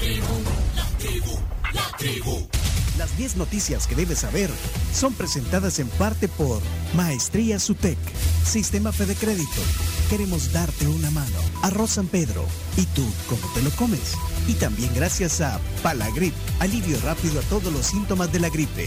Las 10 noticias que debes saber son presentadas en parte por Maestrías UTEC, Sistema Fede Crédito. Queremos darte una mano. Arroz San Pedro. ¿Y tú cómo te lo comes? Y también gracias a Palagrip, alivio rápido a todos los síntomas de la gripe.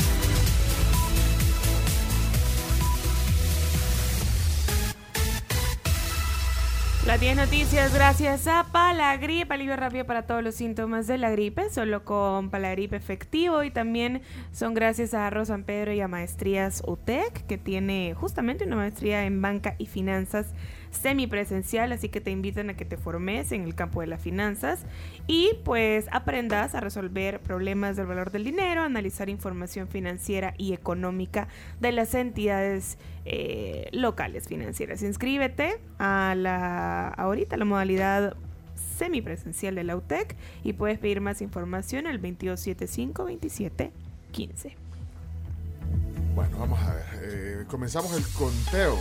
Las 10 noticias gracias a Palagrip, alivio rápido para todos los síntomas de la gripe, solo con Palagrip efectivo, y también son gracias a Arroz San Pedro y a Maestrías UTEC, que tiene justamente una maestría en banca y finanzas semipresencial, así que te invitan a que te formes en el campo de las finanzas y pues aprendas a resolver problemas del valor del dinero, analizar información financiera y económica de las entidades locales financieras. Inscríbete ahorita la modalidad semipresencial de la UTEC y puedes pedir más información al 2275-2715. Bueno, vamos a ver. Comenzamos el conteo.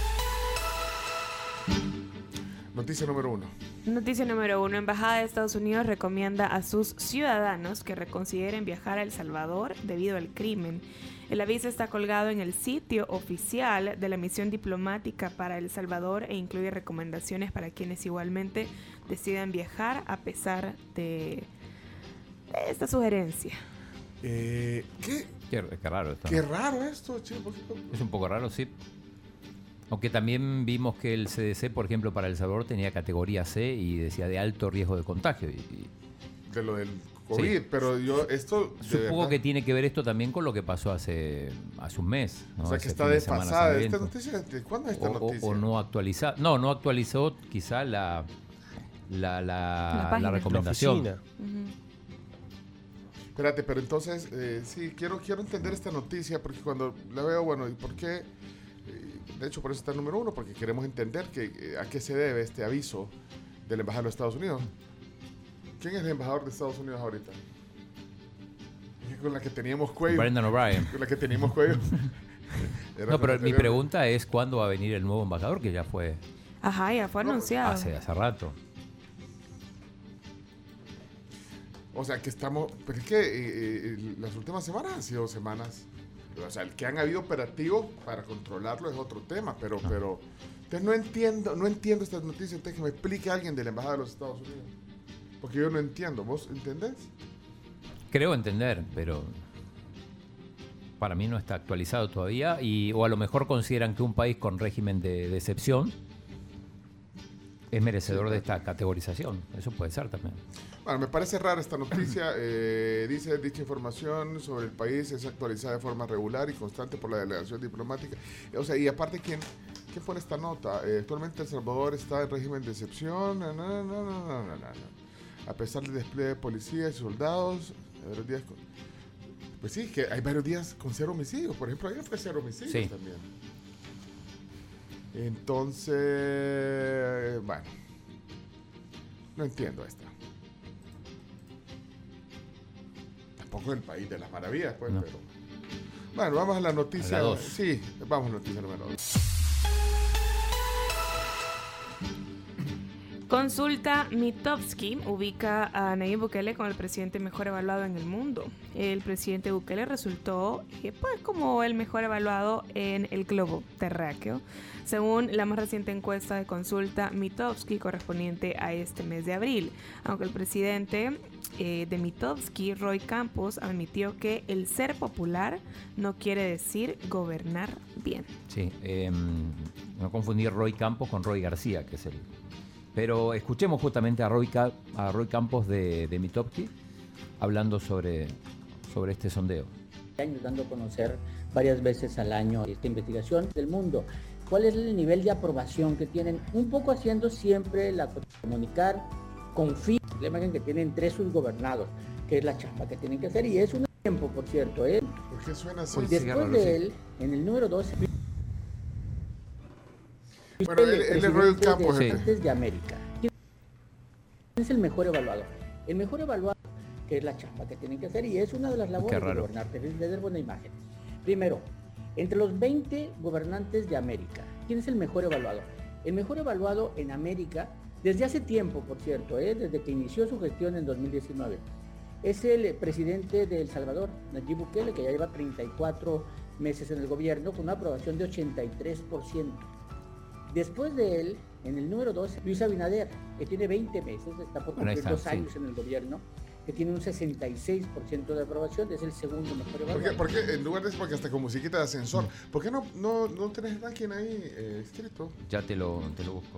Noticia número 1. Noticia número 1. Embajada de Estados Unidos recomienda a sus ciudadanos que reconsideren viajar a El Salvador debido al crimen. El aviso está colgado en el sitio oficial de la misión diplomática para El Salvador e incluye recomendaciones para quienes igualmente decidan viajar a pesar de esta sugerencia. Qué raro esto. Qué raro esto, chicos. Es un poco raro, sí. Aunque también vimos que el CDC, por ejemplo, para El Salvador tenía categoría C y decía de alto riesgo de contagio. De lo del COVID, sí. Pero supongo que tiene que ver esto también con lo que pasó hace un mes, ¿no? O sea, que está desfasada. ¿Esta noticia? ¿Cuándo es esta noticia? O no actualizada. No actualizó quizá la recomendación. La Espérate, pero entonces, sí, quiero entender esta noticia, porque cuando la veo, bueno, ¿y por qué? De hecho, por eso está el número 1, porque queremos entender a qué se debe este aviso de la Embajada de los Estados Unidos. ¿Quién es el embajador de Estados Unidos ahorita? Con la que teníamos cuello. Brendan O'Brien. Con la que teníamos cuello. No, pero mi pregunta es ¿cuándo va a venir el nuevo embajador? Que ya fue... Ajá, ya fue anunciado. Hace rato. O sea, que estamos... Pero es que las últimas semanas han sido semanas... O sea, el que han habido operativos para controlarlo es otro tema, pero entonces no entiendo estas noticias. Entonces que me explique alguien de la Embajada de los Estados Unidos, porque yo no entiendo. ¿Vos entendés? Creo entender, pero para mí no está actualizado todavía, o a lo mejor consideran que un país con régimen de excepción es merecedor de esta categorización. Eso puede ser también. Bueno, me parece rara esta noticia. Dice, dicha información sobre el país es actualizada de forma regular y constante por la delegación diplomática. O sea, y aparte, ¿quién pone esta nota? Actualmente El Salvador está en régimen de excepción. No. A pesar del despliegue de policías y soldados, varios días pues sí, que hay varios días con 0 homicidios. Por ejemplo, ayer fue 0 homicidios sí. También. Entonces, bueno, no entiendo esta. Tampoco el país de las maravillas, pues, no. Pero... Bueno, vamos a la noticia. Sí, vamos a la noticia número 2. Consulta Mitofsky ubica a Nayib Bukele como el presidente mejor evaluado en el mundo. El presidente Bukele resultó pues como el mejor evaluado en el globo terráqueo, según la más reciente encuesta de Consulta Mitofsky correspondiente a este mes de abril. Aunque el presidente de Mitofsky, Roy Campos, admitió que el ser popular no quiere decir gobernar bien. Sí, no confundir Roy Campos con Roy García, que es el... Pero escuchemos justamente a Roy Campos de Mitofsky hablando sobre este sondeo. Dando a conocer varias veces al año esta investigación del mundo. ¿Cuál es el nivel de aprobación que tienen? Un poco haciendo siempre comunicar con fin, la imagen que tienen 3 subgobernados, que es la chamba que tienen que hacer. Y es un tiempo, por cierto. ¿Por qué suena así? Pues después de él, en el número 12... Bueno, él es Roy Campos. De América. ¿Quién es el mejor evaluador? El mejor evaluador, que es la chamba que tienen que hacer, y es una de las labores de gobernar, de dar buena imagen. Primero, entre los 20 gobernantes de América, ¿quién es el mejor evaluador? El mejor evaluado en América desde hace tiempo, por cierto, desde que inició su gestión en 2019. Es el presidente de El Salvador, Nayib Bukele, que ya lleva 34 meses en el gobierno con una aprobación de 83%. Después de él, en el número 12, Luis Abinader, que tiene 20 meses, está por cumplir 2 años en el gobierno, que tiene un 66% de aprobación, es el segundo mejor evaluado. ¿Por qué? En lugar de eso, porque hasta con musiquita de ascensor, ¿por qué no tenés el ranking ahí escrito? Ya te lo busco.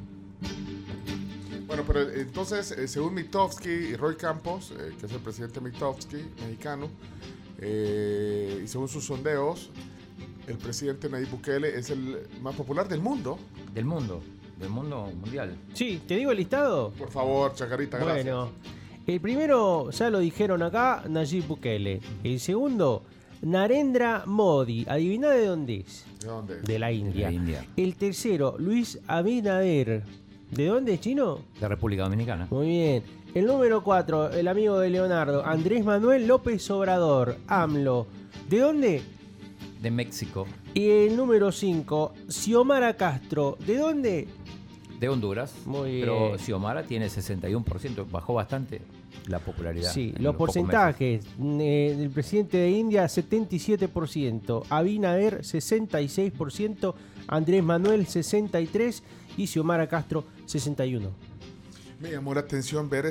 Bueno, pero entonces, según Mitofsky y Roy Campos, que es el presidente Mitofsky, mexicano, y según sus sondeos, el presidente Nayib Bukele es el más popular del mundo. Del mundo mundial. Sí, ¿te digo el listado? Por favor, Chacarita, gracias. Bueno, el primero, ya lo dijeron acá, Nayib Bukele. El segundo, Narendra Modi. ¿Adivina de dónde es? ¿De dónde? De la India. De la India. El tercero, Luis Abinader. ¿De dónde es, chino? De República Dominicana. Muy bien. El número 4, el amigo de Leonardo, Andrés Manuel López Obrador, AMLO. ¿De dónde? De México. Y el número 5, Xiomara Castro. ¿De dónde? De Honduras. Muy bien. Pero Xiomara tiene 61%, bajó bastante la popularidad. Sí, los porcentajes. El presidente de India, 77%. Abinader, 66%. Andrés Manuel, 63%. Y Xiomara Castro, 61%. Me llamó la atención ver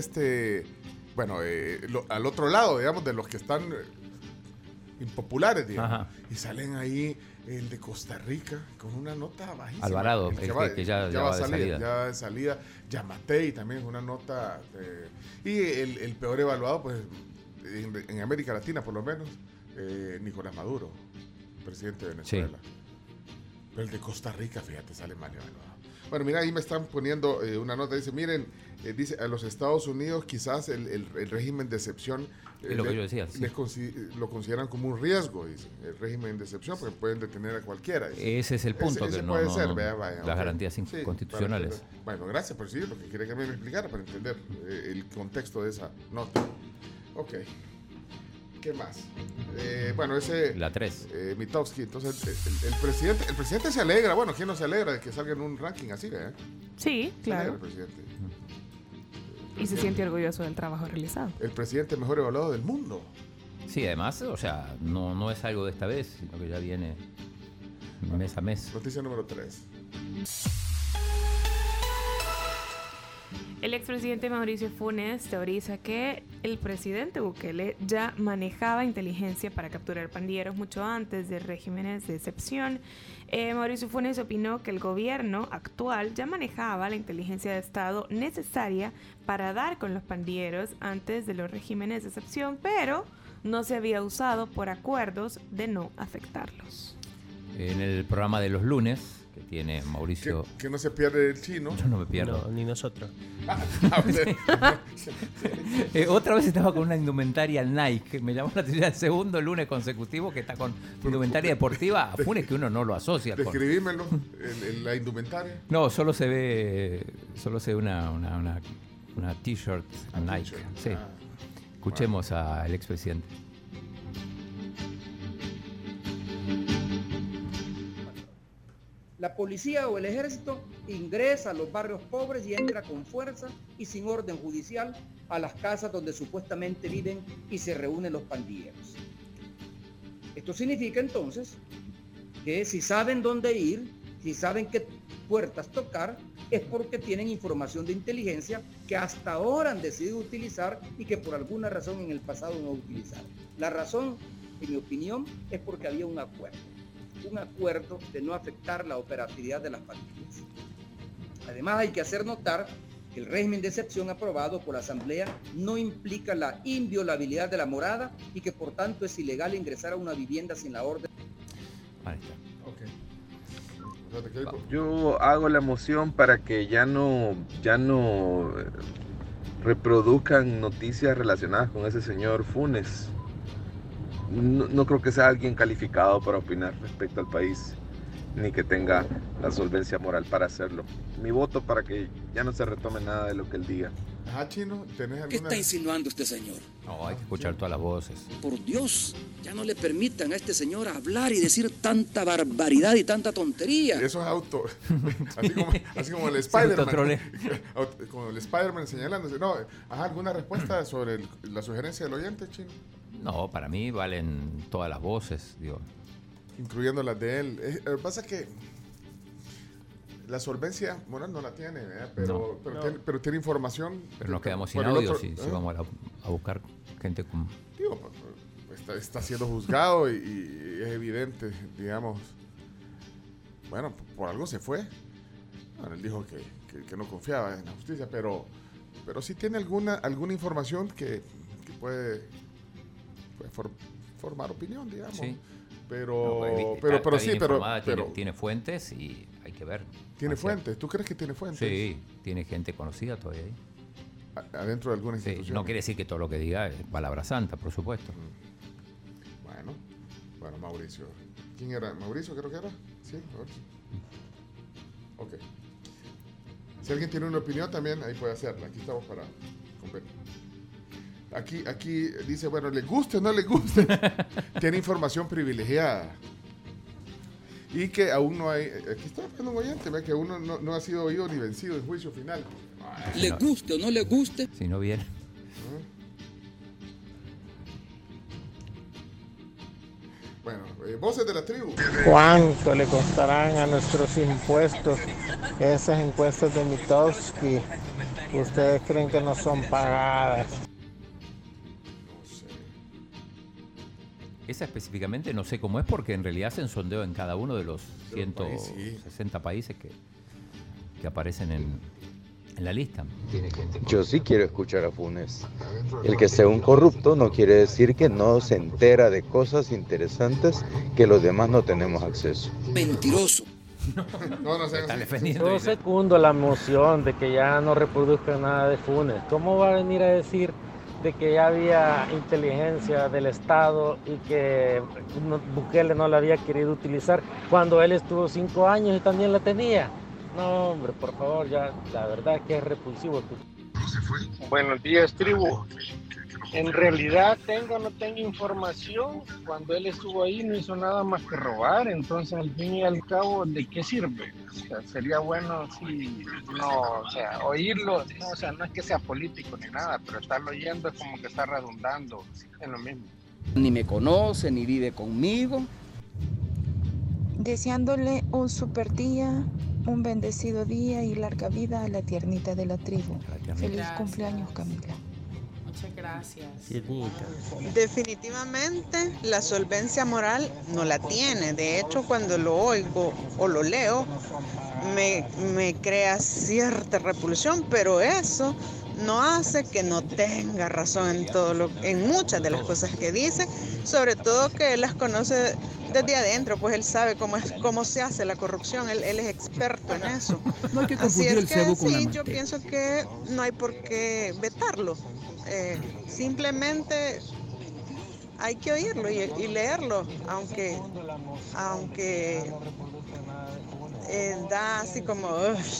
al otro lado, digamos, de los que están impopulares, digamos. Ajá. Y salen ahí el de Costa Rica con una nota bajísima. Alvarado, que ya va de salida. Ya de salida. Yamatei también es una nota. Y el peor evaluado, pues, en América Latina, por lo menos, Nicolás Maduro, presidente de Venezuela. Sí. Pero el de Costa Rica, fíjate, sale mal evaluado. Bueno, mira, ahí me están poniendo una nota, dice, miren, dice, a los Estados Unidos quizás el régimen de excepción lo que yo decía, sí. Lo consideran como un riesgo, dice, el régimen de excepción, porque pueden detener a cualquiera. Dice. Ese es el punto, ese que puede ser, las garantías constitucionales. Bueno, gracias, pero sí, lo que quería que me explicara para entender el contexto de esa nota. Ok. ¿Qué más? Bueno, ese... La 3. Mitofsky, entonces el presidente se alegra. Bueno, ¿quién no se alegra de que salga en un ranking así, Sí, claro. El presidente. Y se siente orgulloso del trabajo realizado. El presidente mejor evaluado del mundo. Sí, además, o sea, no es algo de esta vez, sino que ya viene mes a mes. Noticia número 3. El expresidente Mauricio Funes teoriza que el presidente Bukele ya manejaba inteligencia para capturar pandilleros mucho antes de regímenes de excepción. Mauricio Funes opinó que el gobierno actual ya manejaba la inteligencia de Estado necesaria para dar con los pandilleros antes de los regímenes de excepción, pero no se había usado por acuerdos de no afectarlos. En el programa de los lunes, que tiene Mauricio... Que no se pierde el chino. Yo no me pierdo. No, ni nosotros. Otra vez estaba con una indumentaria Nike. Me llamó la atención el segundo lunes consecutivo que está con indumentaria deportiva. A Funes que uno no lo asocia. Describímelo, la indumentaria. No, solo se ve una t-shirt Nike. Sí. Escuchemos al expresidente. La policía o el ejército ingresa a los barrios pobres y entra con fuerza y sin orden judicial a las casas donde supuestamente viven y se reúnen los pandilleros. Esto significa entonces que si saben dónde ir, si saben qué puertas tocar, es porque tienen información de inteligencia que hasta ahora han decidido utilizar y que por alguna razón en el pasado no utilizaron. La razón, en mi opinión, es porque había un acuerdo de no afectar la operatividad de las pandillas. Además, hay que hacer notar que el régimen de excepción aprobado por la Asamblea no implica la inviolabilidad de la morada y que por tanto es ilegal ingresar a una vivienda sin la orden. Ahí está. Yo hago la moción para que ya no reproduzcan noticias relacionadas con ese señor Funes. No creo que sea alguien calificado para opinar respecto al país, ni que tenga la solvencia moral para hacerlo. Mi voto para que ya no se retome nada de lo que él diga. Ajá, Chino, ¿tenés alguna? ¿Qué está insinuando este señor? No, hay que escuchar todas las voces. Por Dios, ya no le permitan a este señor hablar y decir tanta barbaridad y tanta tontería. Eso es auto. así como el Spider-Man. Como el Spider-Man señalándose. No, ¿alguna respuesta sobre la sugerencia del oyente, Chino? No, para mí valen todas las voces, digo. Incluyendo las de él. Lo que pasa es que la solvencia moral no la tiene, ¿verdad? Pero tiene información. Pero nos quedamos sin audio si vamos a buscar gente con... Digo, está siendo juzgado y es evidente, digamos. Bueno, por algo se fue. Bueno, él dijo que no confiaba en la justicia, pero sí tiene alguna información que puede formar opinión, digamos. Sí. Pero tiene fuentes y hay que ver. ¿Tiene fuentes? ¿Tú crees que tiene fuentes? Sí, tiene gente conocida todavía ahí. Adentro de alguna institución. No quiere decir que todo lo que diga es palabra santa, por supuesto. Bueno, Mauricio. ¿Quién era? ¿Mauricio creo que era? Sí, ok. Si alguien tiene una opinión también, ahí puede hacerla. Aquí estamos para competir. Aquí dice, bueno, le guste o no le guste, tiene información privilegiada. Y que aún no hay, aquí está hablando un oyente, que aún no ha sido oído ni vencido en juicio final. ¿Le guste o no le guste? Si no viene. Bueno, voces de la tribu. ¿Cuánto le costarán a nuestros impuestos esas encuestas de Mitofsky? ¿Ustedes creen que no son pagadas? Esa específicamente no sé cómo es porque en realidad hacen sondeo en cada uno de los 160 países que aparecen en la lista. Yo sí quiero escuchar a Funes. El que sea un corrupto no quiere decir que no se entera de cosas interesantes que los demás no tenemos acceso. Mentiroso. No sé. Está defendiendo. Yo secundo la moción de que ya no reproduzca nada de Funes. ¿Cómo va a venir a decir de que ya había inteligencia del Estado y que Bukele no la había querido utilizar cuando él estuvo 5 años y también la tenía? No, hombre, por favor, ya la verdad es que es repulsivo. Buenos días, tribu. En realidad, tengo o no tengo información, cuando él estuvo ahí no hizo nada más que robar, entonces al fin y al cabo, ¿de qué sirve? O sea, sería bueno si oírlo, no es que sea político ni nada, pero estarlo oyendo es como que está redundando en lo mismo. Ni me conoce, ni vive conmigo. Deseándole un super día, un bendecido día y larga vida a la tiernita de la tribu. Feliz cumpleaños, Camila. Muchas gracias. Definitivamente la solvencia moral no la tiene. De hecho, cuando lo oigo o lo leo, me crea cierta repulsión, pero eso no hace que no tenga razón en muchas de las cosas que dice, sobre todo que él las conoce desde adentro, pues él sabe cómo se hace la corrupción, él es experto en eso. No hay que Así confundir es el cebo con la sí, manteca. yo pienso que no hay por qué vetarlo. Simplemente hay que oírlo y leerlo, aunque da así como...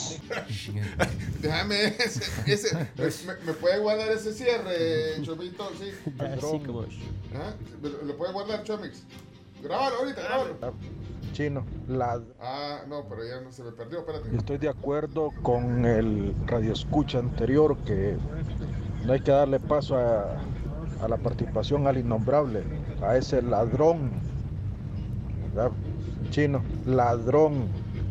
Déjame ese ¿me puede guardar ese cierre, Chomito? Sí. Así como... ¿Lo puede guardar, Chomix? Grábalo ahorita, grábalo. Chino, no, pero ya no se me perdió, espérate. Estoy de acuerdo con el radioescucha anterior que no hay que darle paso a la participación al innombrable, a ese ladrón, ¿verdad? Chino, ladrón.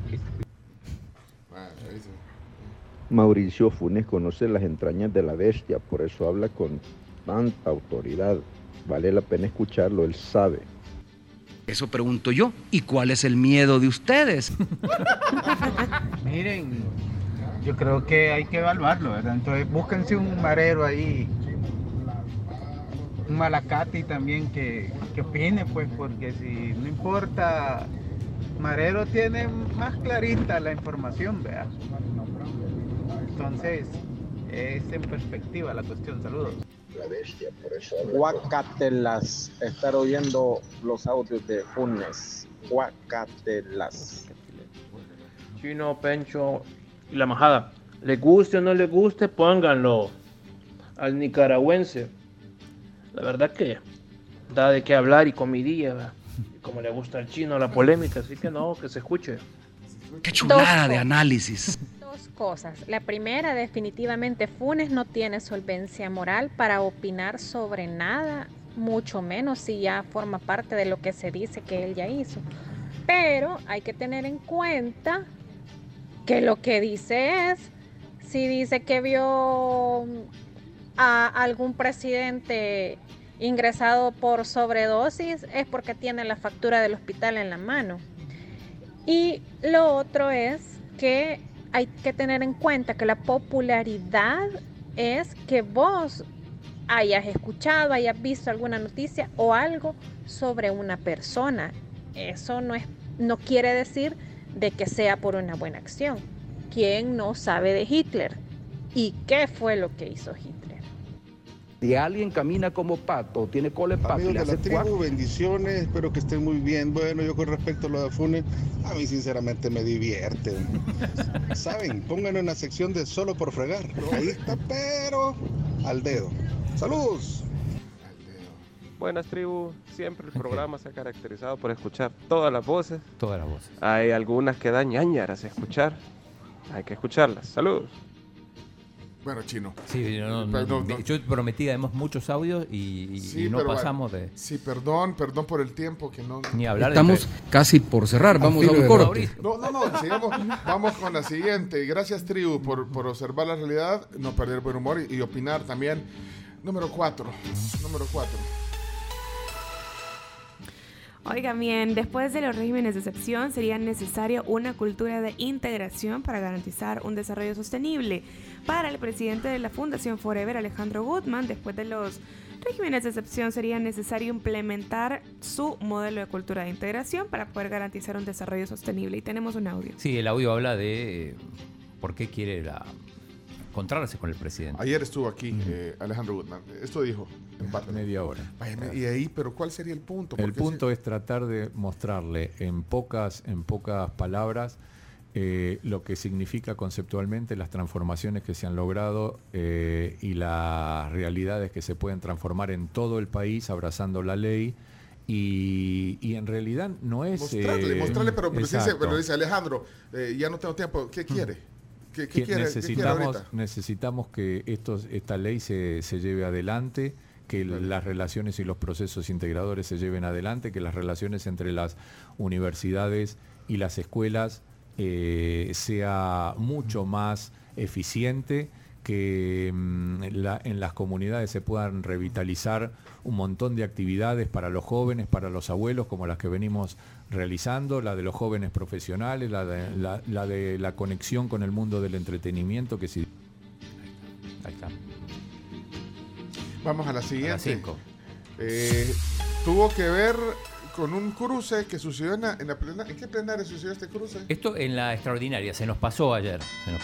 Mauricio Funes conoce las entrañas de la bestia, por eso habla con tanta autoridad. Vale la pena escucharlo, él sabe. Eso pregunto yo. ¿Y cuál es el miedo de ustedes? Miren, yo creo que hay que evaluarlo, ¿verdad? Entonces búsquense un marero ahí, un malacate también que opine, pues, porque si no importa, Marero tiene más clarita la información, ¿verdad? Entonces, es en perspectiva la cuestión. Saludos. La bestia, por eso. Guacatelas, estar oyendo los audios de Funes. Guacatelas. Chino, Pencho y la majada. Le guste o no le guste, pónganlo. al nicaragüense. La verdad que da de qué hablar y comidilla, ¿verdad? Como le gusta al chino la polémica, así que no, que se escuche. ¡Qué chulada de análisis! Dos cosas. La primera, definitivamente Funes no tiene solvencia moral para opinar sobre nada, mucho menos si ya forma parte de lo que se dice que él ya hizo. Pero hay que tener en cuenta que lo que dice es, si dice que vio a algún presidente ingresado por sobredosis, es porque tiene la factura del hospital en la mano. Y lo otro es que hay que tener en cuenta que la popularidad es que vos hayas escuchado, hayas visto alguna noticia o algo sobre una persona. Eso no quiere decir de que sea por una buena acción. ¿Quién no sabe de Hitler? ¿Y qué fue lo que hizo Hitler? Si alguien camina como pato, tiene cola de pato, amigos le de la hace tribu, cuac. bendiciones, espero que estén muy bien. Bueno, yo con respecto a lo de Funes, a mí sinceramente me divierte. Saben, pónganlo en la sección de solo por fregar. Ahí está, pero al dedo. ¡Saludos! Buenas, tribu. Siempre el programa se ha caracterizado por escuchar todas las voces. Todas las voces. Hay algunas que dan ñañaras a escuchar. Hay que escucharlas. Saludos. Bueno, chino. Sí, yo prometí, además, muchos audios y no pasamos de... Sí, perdón por el tiempo que no... Ni hablar. Estamos casi por cerrar, vamos a un corte. No, sigamos, vamos con la siguiente. Gracias, tribu, por observar la realidad, no perder buen humor y opinar también. Número 4. Oigan bien, después de los regímenes de excepción sería necesario una cultura de integración para garantizar un desarrollo sostenible. Para el presidente de la Fundación Forever, Alejandro Gutman, después de los regímenes de excepción sería necesario implementar su modelo de cultura de integración para poder garantizar un desarrollo sostenible. Y tenemos un audio. Sí, el audio habla de por qué quiere encontrarse con el presidente. Ayer estuvo aquí Alejandro Gutman. Esto dijo en parte. Media hora. Y ahí, pero ¿cuál sería el punto? El punto es tratar de mostrarle en pocas palabras lo que significa conceptualmente las transformaciones que se han logrado y las realidades que se pueden transformar en todo el país abrazando la ley. Y en realidad no es... Mostrarle, pero dice Alejandro, ya no tengo tiempo. ¿Qué quiere? ¿Qué quiere ahorita? Necesitamos que esta ley se lleve adelante, que las relaciones y los procesos integradores se lleven adelante, que las relaciones entre las universidades y las escuelas sea mucho más eficiente, que en las comunidades se puedan revitalizar un montón de actividades para los jóvenes, para los abuelos, como las que venimos realizando, la de los jóvenes profesionales, la de la conexión con el mundo del entretenimiento, que sí. Ahí está. Vamos a la siguiente. A las 5. Tuvo que ver con un cruce que sucedió en la plenaria. ¿En qué plenaria sucedió este cruce? Esto en la extraordinaria, se nos pasó ayer.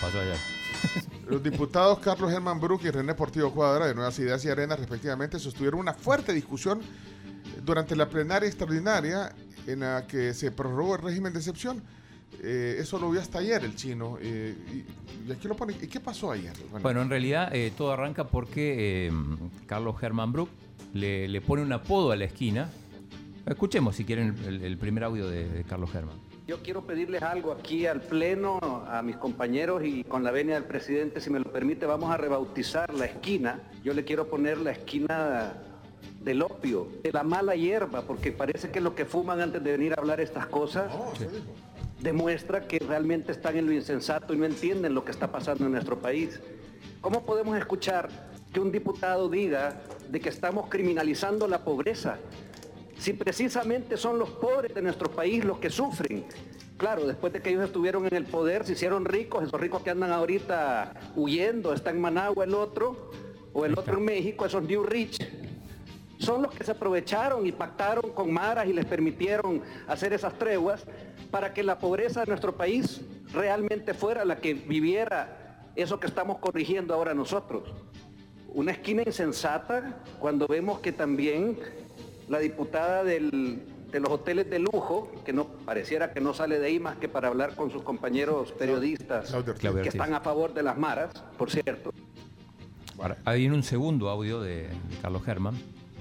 Los diputados Carlos Germán Bruck y René Portillo Cuadra, de Nuevas Ideas y Arenas, respectivamente, sostuvieron una fuerte discusión durante la plenaria extraordinaria en la que se prorrogó el régimen de excepción. Eso lo vio hasta ayer el chino. Y aquí lo pone. ¿Y qué pasó ayer? Bueno, en realidad todo arranca porque Carlos Germán Bruck le pone un apodo a la esquina. Escuchemos si quieren el primer audio de Carlos Germán. Yo quiero pedirles algo aquí al Pleno, a mis compañeros, y con la venia del presidente, si me lo permite, vamos a rebautizar la esquina. Yo le quiero poner la esquina del opio, de la mala hierba, porque parece que lo que fuman antes de venir a hablar estas cosas demuestra que realmente están en lo insensato y no entienden lo que está pasando en nuestro país. ¿Cómo podemos escuchar que un diputado diga de que estamos criminalizando la pobreza? Si precisamente son los pobres de nuestro país los que sufren. Claro, después de que ellos estuvieron en el poder, se hicieron ricos, esos ricos que andan ahorita huyendo, está en Managua el otro, o el otro en México, esos New Rich, son los que se aprovecharon y pactaron con maras y les permitieron hacer esas treguas para que la pobreza de nuestro país realmente fuera la que viviera eso que estamos corrigiendo ahora nosotros. Una esquina insensata cuando vemos que también la diputada de los hoteles de lujo, que no pareciera que no sale de ahí más que para hablar con sus compañeros periodistas que están a favor de las maras, por cierto. Ahora, hay un segundo audio de Carlos Herman.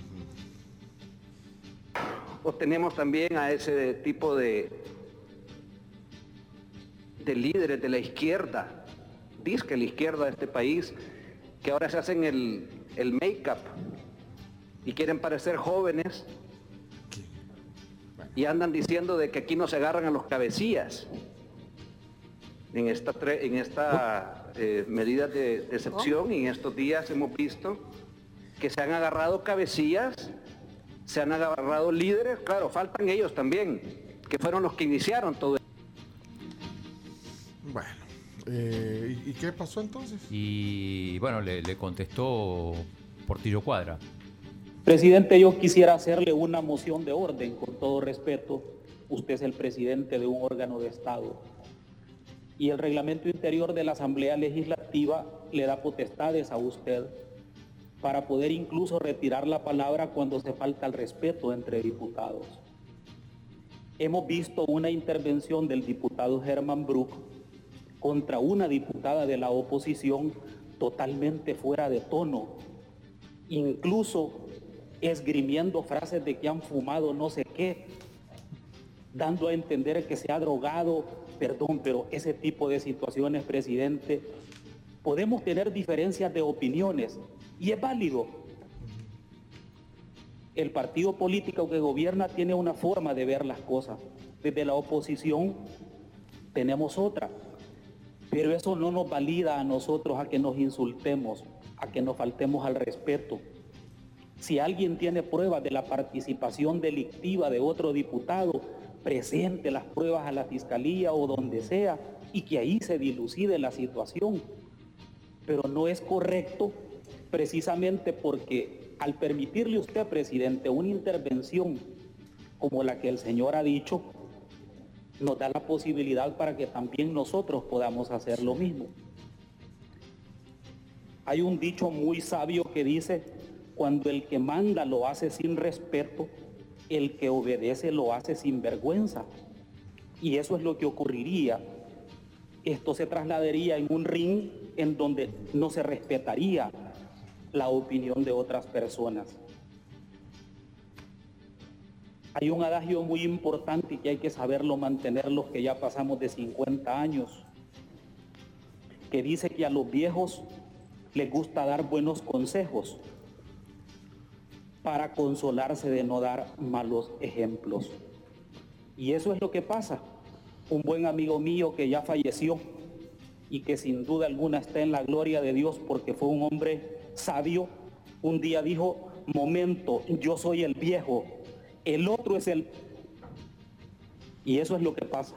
O tenemos también a ese tipo de líderes de la izquierda, disque la izquierda de este país, que ahora se hacen el make-up y quieren parecer jóvenes y andan diciendo de que aquí no se agarran a los cabecillas en esta medida de excepción. Y en estos días hemos visto que se han agarrado cabecillas, se han agarrado líderes, claro, faltan ellos también, que fueron los que iniciaron todo esto. Bueno, ¿y qué pasó entonces? Y bueno, le contestó Portillo Cuadra. Presidente, yo quisiera hacerle una moción de orden, con todo respeto. Usted es el presidente de un órgano de Estado y el reglamento interior de la Asamblea Legislativa le da potestades a usted para poder incluso retirar la palabra cuando se falta el respeto entre diputados. Hemos visto una intervención del diputado Herman Brook contra una diputada de la oposición totalmente fuera de tono, incluso esgrimiendo frases de que han fumado no sé qué, dando a entender que se ha drogado. Perdón, pero ese tipo de situaciones, presidente, podemos tener diferencias de opiniones y es válido. El partido político que gobierna tiene una forma de ver las cosas. Desde la oposición tenemos otra. Pero eso no nos valida a nosotros a que nos insultemos, a que nos faltemos al respeto. Si alguien tiene pruebas de la participación delictiva de otro diputado, presente las pruebas a la fiscalía o donde sea y que ahí se dilucide la situación. Pero no es correcto, precisamente porque al permitirle usted, presidente, una intervención como la que el señor ha dicho, nos da la posibilidad para que también nosotros podamos hacer lo mismo. Hay un dicho muy sabio que dice: cuando el que manda lo hace sin respeto, el que obedece lo hace sin vergüenza. Y eso es lo que ocurriría. Esto se trasladaría en un ring en donde no se respetaría la opinión de otras personas. Hay un adagio muy importante que hay que saberlo mantener los que ya pasamos de 50 años, que dice que a los viejos les gusta dar buenos consejos para consolarse de no dar malos ejemplos. Y eso es lo que pasa. Un buen amigo mío que ya falleció y que sin duda alguna está en la gloria de Dios porque fue un hombre sabio, un día dijo: momento, yo soy el viejo, el otro es el... Y eso es lo que pasa.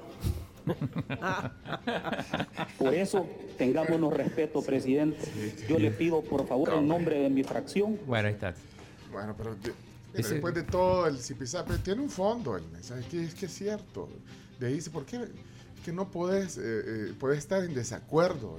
Por eso, tengámonos respeto, presidente. Yo le pido, por favor, en nombre de mi fracción... Bueno, ahí está. Bueno, pero después de todo el zipizape, tiene un fondo el mensaje, que es cierto. De ahí dice, ¿por qué? Es que no puedes estar en desacuerdo,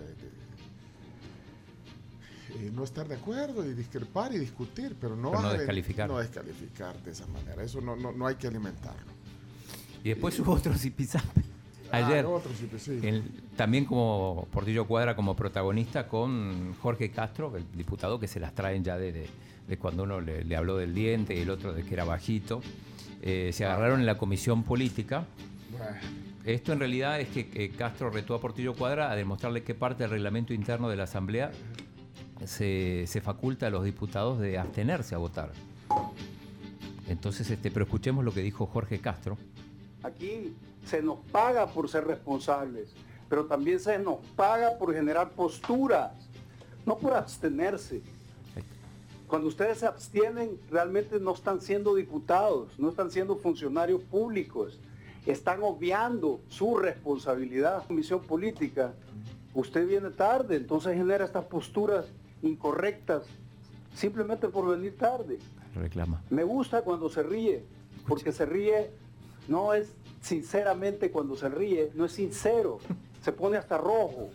no estar de acuerdo y discrepar y discutir, pero no descalificar. No descalificar de esa manera, eso no hay que alimentarlo. Y después hubo otro zipizape. Ayer, también como Portillo Cuadra como protagonista con Jorge Castro, el diputado que se las traen ya de cuando uno le habló del diente y el otro de que era bajito. Se agarraron en la comisión política. Esto en realidad es que Castro retó a Portillo Cuadra a demostrarle qué parte del reglamento interno de la Asamblea se faculta a los diputados de abstenerse a votar. Entonces, pero escuchemos lo que dijo Jorge Castro. Aquí se nos paga por ser responsables, pero también se nos paga por generar posturas, no por abstenerse. Cuando ustedes se abstienen, realmente no están siendo diputados, no están siendo funcionarios públicos, están obviando su responsabilidad. Comisión política, usted viene tarde, entonces genera estas posturas incorrectas, simplemente por venir tarde. Reclama. Me gusta cuando se ríe, porque se ríe, no es sinceramente cuando se ríe, no es sincero, se pone hasta rojo.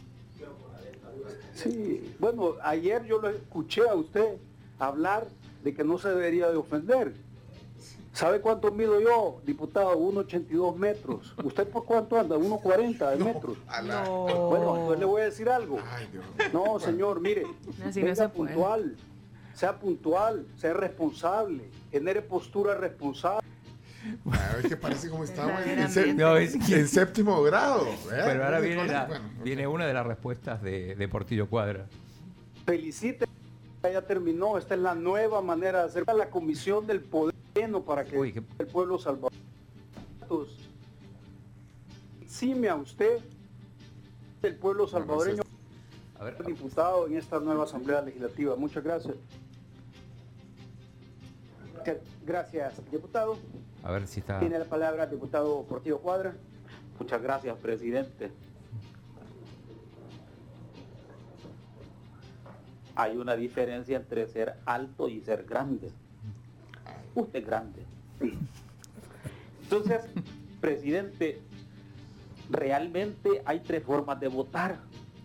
Sí, bueno, ayer yo lo escuché a usted hablar de que no se debería de ofender. ¿Sabe cuánto mido yo, diputado? 1,82 metros. ¿Usted por cuánto anda? 1,40 de metros. No. Bueno, entonces le voy a decir algo. No, señor, mire, Así no venga se puede. puntual, sea responsable, genere postura responsable. Bueno, es que parece como estamos en Verdaderamente. séptimo grado. Pero ahora viene, Bueno, viene una de las respuestas de Portillo Cuadra. Felicite, ya terminó. Esta es la nueva manera de hacer la Comisión del Poder Pleno para que el pueblo salvadoreño exime a usted el pueblo salvadoreño, diputado en esta nueva Asamblea Legislativa. Muchas gracias. Gracias, diputado. A ver si está... Tiene la palabra el diputado Portillo Cuadra. Muchas gracias, presidente. Hay una diferencia entre ser alto y ser grande. Usted es grande. Entonces, presidente, realmente hay 3 formas de votar,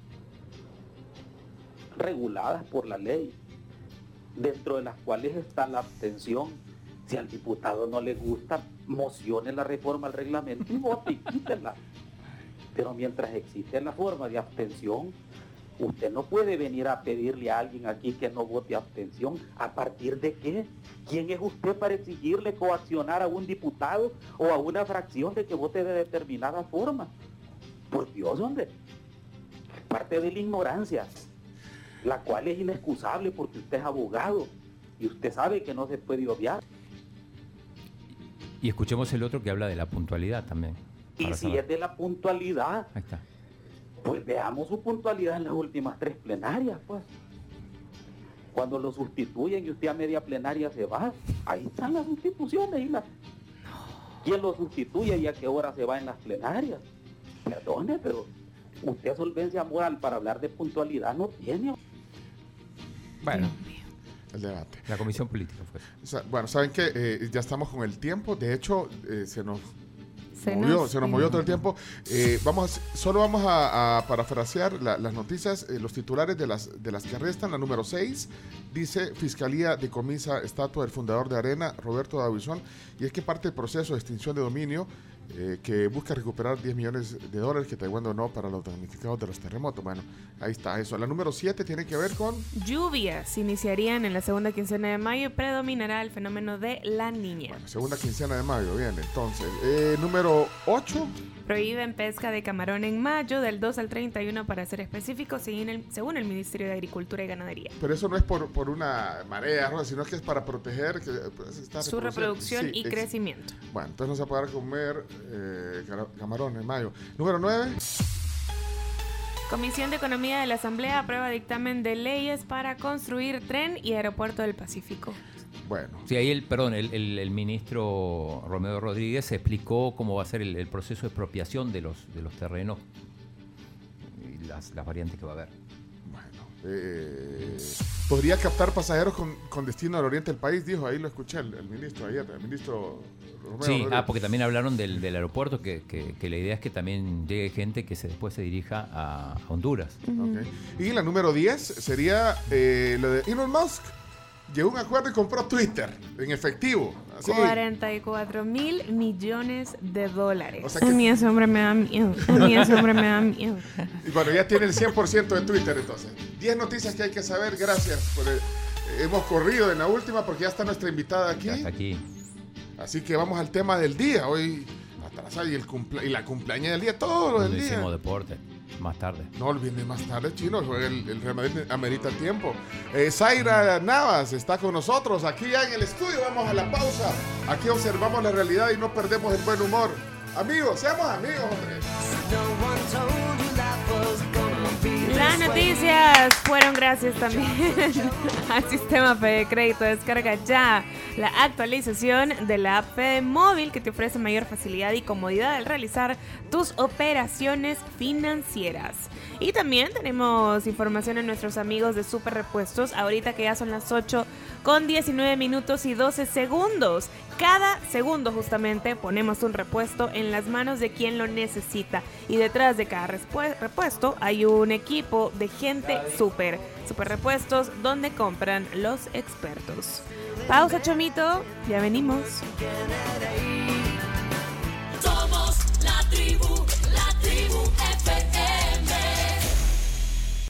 reguladas por la ley, dentro de las cuales está la abstención. Si al diputado no le gusta, mocione la reforma al reglamento y vote y quítela. Pero mientras existe la forma de abstención, usted no puede venir a pedirle a alguien aquí que no vote abstención. ¿A partir de qué? ¿Quién es usted para exigirle coaccionar a un diputado o a una fracción de que vote de determinada forma? Por Dios, hombre. Parte de la ignorancia, la cual es inexcusable porque usted es abogado y usted sabe que no se puede obviar. Y escuchemos el otro que habla de la puntualidad también. Y si es de la puntualidad, Ahí está. pues veamos su puntualidad en las últimas 3 plenarias, pues. Cuando lo sustituyen y usted a media plenaria se va, ahí están las sustituciones. ¿Quién lo sustituye y a qué hora se va en las plenarias? Perdone, pero usted solvencia moral para hablar de puntualidad no tiene. Bueno, el debate. La comisión política fue. Bueno, saben que ya estamos con el tiempo. De hecho, se nos Se movió todo el tiempo. Solo vamos a parafrasear las noticias, los titulares de las que restan. La número 6 dice: Fiscalía decomisa estatua del fundador de Arena, Roberto Davison, y es que parte del proceso de extinción de dominio que busca recuperar $10 millones que Taiwán donó para los damnificados de los terremotos. Bueno, ahí está eso. La número 7 tiene que ver con... Lluvias iniciarían en la segunda quincena de mayo y predominará el fenómeno de la niña. Bueno, segunda quincena de mayo, bien. Entonces, número 8. Prohíben pesca de camarón en mayo, del 2 al 31 para ser específico, según el Ministerio de Agricultura y Ganadería. Pero eso no es por una marea, ¿no? Sino que es para proteger su reproducción y crecimiento. Bueno, entonces no se va a poder comer camarón en mayo. Número 9. Comisión de Economía de la Asamblea aprueba dictamen de leyes para construir tren y aeropuerto del Pacífico. Bueno. Sí, ahí el ministro Romeo Rodríguez explicó cómo va a ser el proceso de expropiación de los terrenos y las variantes que va a haber. Podría captar pasajeros con destino al oriente del país, dijo, ahí lo escuché el ministro ayer, el ministro Romeo Sí, Rodríguez. porque también hablaron del aeropuerto, que la idea es que también llegue gente que después se dirija a Honduras. Okay. Y la número 10 sería lo de Elon Musk. Llegó a un acuerdo y compró Twitter en efectivo. Así. $44 mil millones. O sea A mí ese hombre me da miedo. Y bueno, ya tiene el 100% de Twitter entonces. 10 noticias que hay que saber. Gracias por hemos corrido en la última porque ya está nuestra invitada aquí. Ya está aquí. Así que vamos al tema del día. Hoy atrasada y la cumpleaños del día, todo lo del día. Hicimos deporte. Más tarde. No olviden más tarde, Chino. El Real Madrid amerita tiempo. Zaira Navas está con nosotros aquí ya en el estudio. Vamos a la pausa. Aquí observamos la realidad y no perdemos el buen humor. Amigos, seamos amigos, hombre. Las noticias fueron gracias también al sistema Fede Crédito. Descarga ya la actualización de la app Fede Móvil que te ofrece mayor facilidad y comodidad al realizar tus operaciones financieras. Y también tenemos información en nuestros amigos de Super Repuestos, ahorita que ya son las 8:19 y 12 segundos. Cada segundo justamente ponemos un repuesto en las manos de quien lo necesita. Y detrás de cada repuesto hay un equipo de gente Super Repuestos, donde compran los expertos. Pausa, Chomito, ya venimos.